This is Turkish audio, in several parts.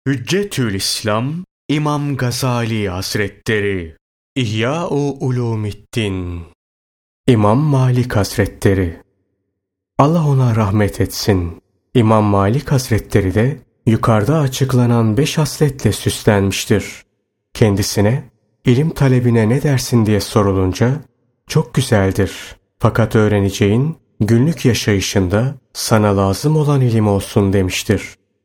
Hüccetül İslam İmam Gazali Hazretleri İhya-u Ulumiddin İmam Malik Hazretleri Allah ona rahmet etsin. İmam Malik Hazretleri de yukarıda açıklanan 5 hasletle süslenmiştir. Kendisine ilim talebine ne dersin diye sorulunca çok güzeldir. Fakat öğreneceğin günlük yaşayışında sana lazım olan ilim olsun demiştir.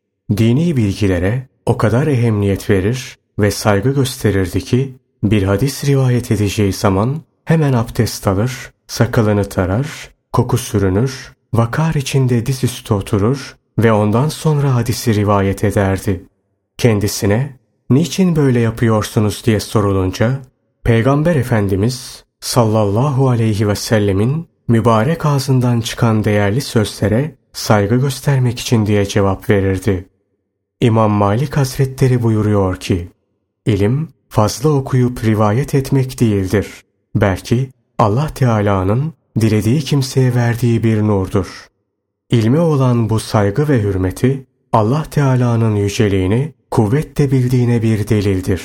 Dini bilgilere o kadar ehemmiyet verir ve saygı gösterirdi ki bir hadis rivayet edeceği zaman hemen abdest alır, sakalını tarar, koku sürünür, vakar içinde dizüstü oturur ve ondan sonra hadisi rivayet ederdi. Kendisine niçin böyle yapıyorsunuz diye sorulunca Peygamber Efendimiz sallallahu aleyhi ve sellemin mübarek ağzından çıkan değerli sözlere saygı göstermek için diye cevap verirdi. İmam Malik Hazretleri buyuruyor ki, İlim fazla okuyup rivayet etmek değildir. Belki Allah Teala'nın dilediği kimseye verdiği bir nurdur. İlme olan bu saygı ve hürmeti Allah Teala'nın yüceliğini kuvvetle bildiğine bir delildir.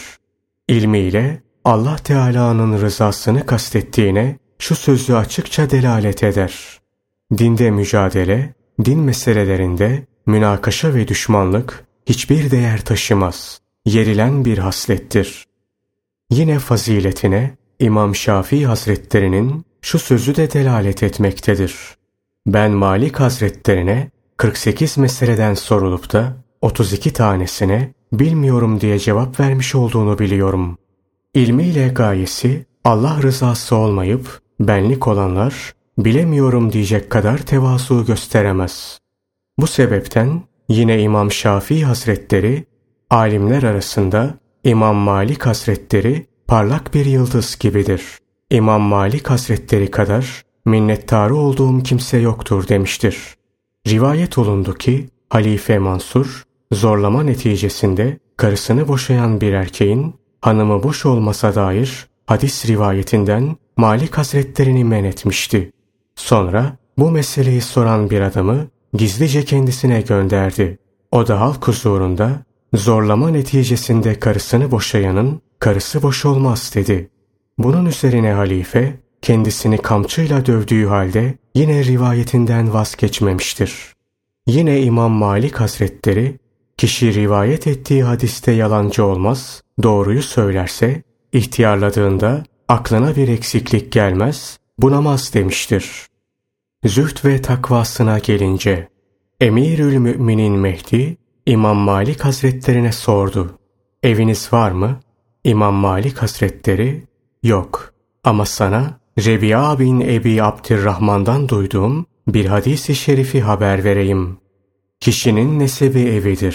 İlmiyle Allah Teala'nın rızasını kastettiğine şu sözü açıkça delalet eder. Dinde mücadele, din meselelerinde münakaşa ve düşmanlık hiçbir değer taşımaz. Yerilen bir haslettir. Yine faziletine İmam Şafii Hazretlerinin şu sözü de delalet etmektedir. Ben Malik Hazretlerine 48 meseleden sorulup da 32 tanesine bilmiyorum diye cevap vermiş olduğunu biliyorum. İlmiyle gayesi Allah rızası olmayıp benlik olanlar bilemiyorum diyecek kadar tevazu gösteremez. Bu sebepten yine İmam Şafii Hazretleri alimler arasında İmam Malik Hazretleri parlak bir yıldız gibidir. İmam Malik Hazretleri kadar minnettarı olduğum kimse yoktur demiştir. Rivayet olundu ki Halife Mansur zorlama neticesinde karısını boşayan bir erkeğin hanımı boş olmasa dair hadis rivayetinden Malik Hazretlerini men etmişti. Sonra bu meseleyi soran bir adamı gizlice kendisine gönderdi. O da halk huzurunda zorlama neticesinde karısını boşayanın karısı boş olmaz dedi. Bunun üzerine halife kendisini kamçıyla dövdüğü halde yine rivayetinden vazgeçmemiştir. Yine İmam Malik Hazretleri kişi rivayet ettiği hadiste yalancı olmaz, doğruyu söylerse ihtiyarladığında aklına bir eksiklik gelmez, bunamaz demiştir. Zühd ve takvasına gelince Emirül Müminin Mehdi İmam Malik Hazretlerine sordu. Eviniz var mı? İmam Malik Hazretleri yok ama sana Rebi'a bin Ebi Abdurrahman'dan duyduğum bir hadis-i şerifi haber vereyim. Kişinin nesebi evidir.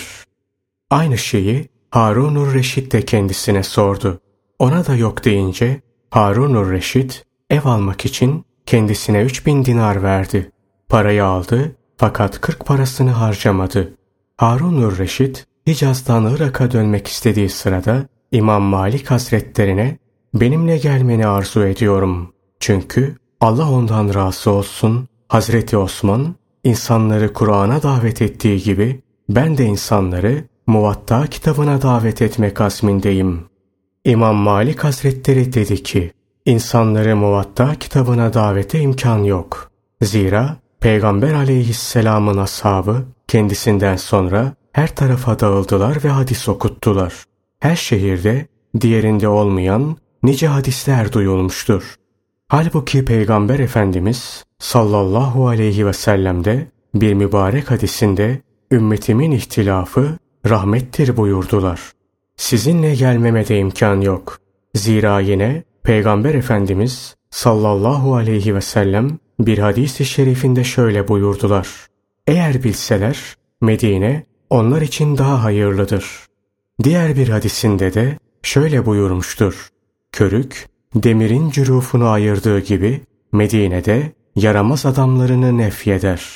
Aynı şeyi Harun-ur Reşid de kendisine sordu. Ona da yok deyince Harun-ur Reşid ev almak için kendisine 3000 dinar verdi. Parayı aldı fakat 40 parasını harcamadı. Harun-ur Reşid Hicaz'dan Irak'a dönmek istediği sırada İmam Malik Hazretlerine benimle gelmeni arzu ediyorum. Çünkü Allah ondan razı olsun. Hazreti Osman insanları Kur'an'a davet ettiği gibi ben de insanları Muvatta kitabına davet etmek azmindeyim. İmam Malik Hazretleri dedi ki, insanları Muvatta kitabına davete imkan yok. Zira Peygamber aleyhisselamın ashabı kendisinden sonra her tarafa dağıldılar ve hadis okuttular. Her şehirde diğerinde olmayan nice hadisler duyulmuştur. Halbuki Peygamber Efendimiz sallallahu aleyhi ve sellem'de bir mübarek hadisinde ümmetimin ihtilafı rahmettir buyurdular. Sizinle gelmeme de imkan yok. Zira yine Peygamber Efendimiz sallallahu aleyhi ve sellem bir hadis-i şerifinde şöyle buyurdular. Eğer bilseler Medine onlar için daha hayırlıdır. Diğer bir hadisinde de şöyle buyurmuştur. Körük demirin cürufunu ayırdığı gibi Medine'de yaramaz adamlarını nefyeder.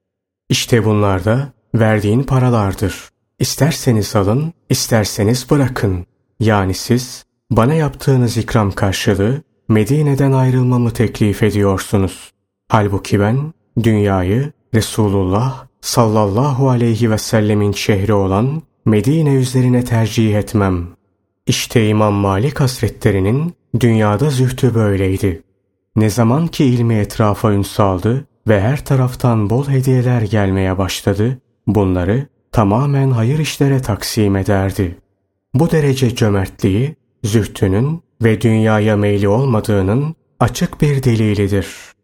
İşte bunlar da verdiğin paralardır. İsterseniz alın, isterseniz bırakın. Yani siz bana yaptığınız ikram karşılığı Medine'den ayrılmamı teklif ediyorsunuz. Halbuki ben dünyayı Resulullah sallallahu aleyhi ve sellemin şehri olan Medine üzerine tercih etmem. İşte İmam Malik Hazretleri'nin dünyada zühdü böyleydi. Ne zaman ki ilmi etrafa ün saldı ve her taraftan bol hediyeler gelmeye başladı, bunları tamamen hayır işlere taksim ederdi. Bu derece cömertliği, zühdünün ve dünyaya meyli olmadığının açık bir delilidir.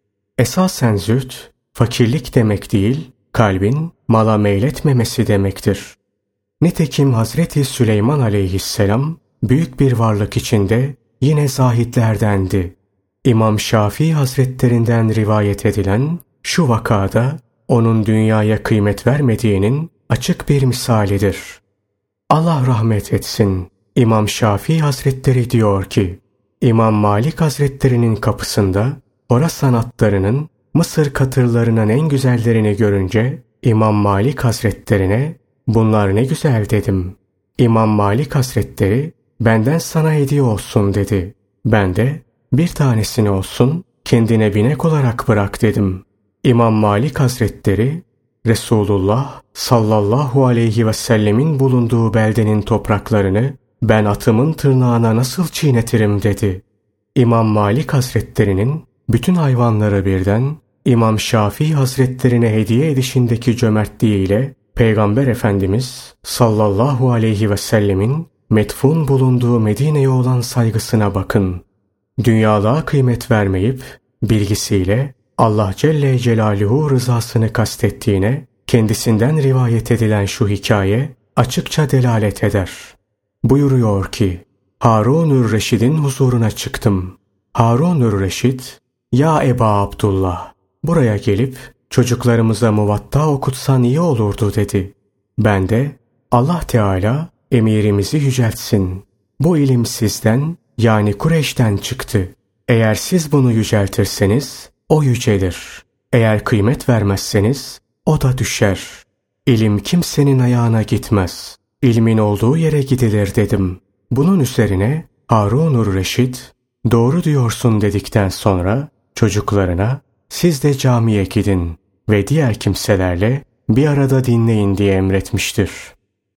Esasen zühd, fakirlik demek değil, kalbin mala meyletmemesi demektir. Nitekim Hazreti Süleyman aleyhisselam, büyük bir varlık içinde yine zahitlerdendi. İmam Şafii Hazretlerinden rivayet edilen şu vakada, onun dünyaya kıymet vermediğinin açık bir misalidir. Allah rahmet etsin. İmam Şafii Hazretleri diyor ki, İmam Malik Hazretlerinin kapısında Horasan atlarının, Mısır katırlarının en güzellerini görünce İmam Malik Hazretlerine bunlar ne güzel dedim. İmam Malik Hazretleri benden sana hediye olsun dedi. Ben de bir tanesini olsun kendine binek olarak bırak dedim. İmam Malik Hazretleri Resulullah sallallahu aleyhi ve sellemin bulunduğu beldenin topraklarını ben atımın tırnağına nasıl çiğnetirim dedi. İmam Malik Hazretleri'nin bütün hayvanları birden İmam Şafii Hazretlerine hediye edişindeki cömertliğiyle Peygamber Efendimiz sallallahu aleyhi ve sellemin metfun bulunduğu Medine'ye olan saygısına bakın. Dünyalığa kıymet vermeyip bilgisiyle Allah Celle Celaluhu rızasını kastettiğine kendisinden rivayet edilen şu hikaye açıkça delalet eder. Buyuruyor ki, Harun-ür Reşid'in huzuruna çıktım. Harun-ür Reşid, ya Eba Abdullah, buraya gelip çocuklarımıza muvatta okutsan iyi olurdu dedi. Ben de Allah Teala emirimizi yüceltsin. Bu ilim sizden yani Kureyş'ten çıktı. Eğer siz bunu yüceltirseniz o yücelir. Eğer kıymet vermezseniz o da düşer. İlim kimsenin ayağına gitmez. İlmin olduğu yere gidilir dedim. Bunun üzerine Harun-ur Reşid doğru diyorsun dedikten sonra çocuklarına siz de camiye gidin ve diğer kimselerle bir arada dinleyin diye emretmiştir.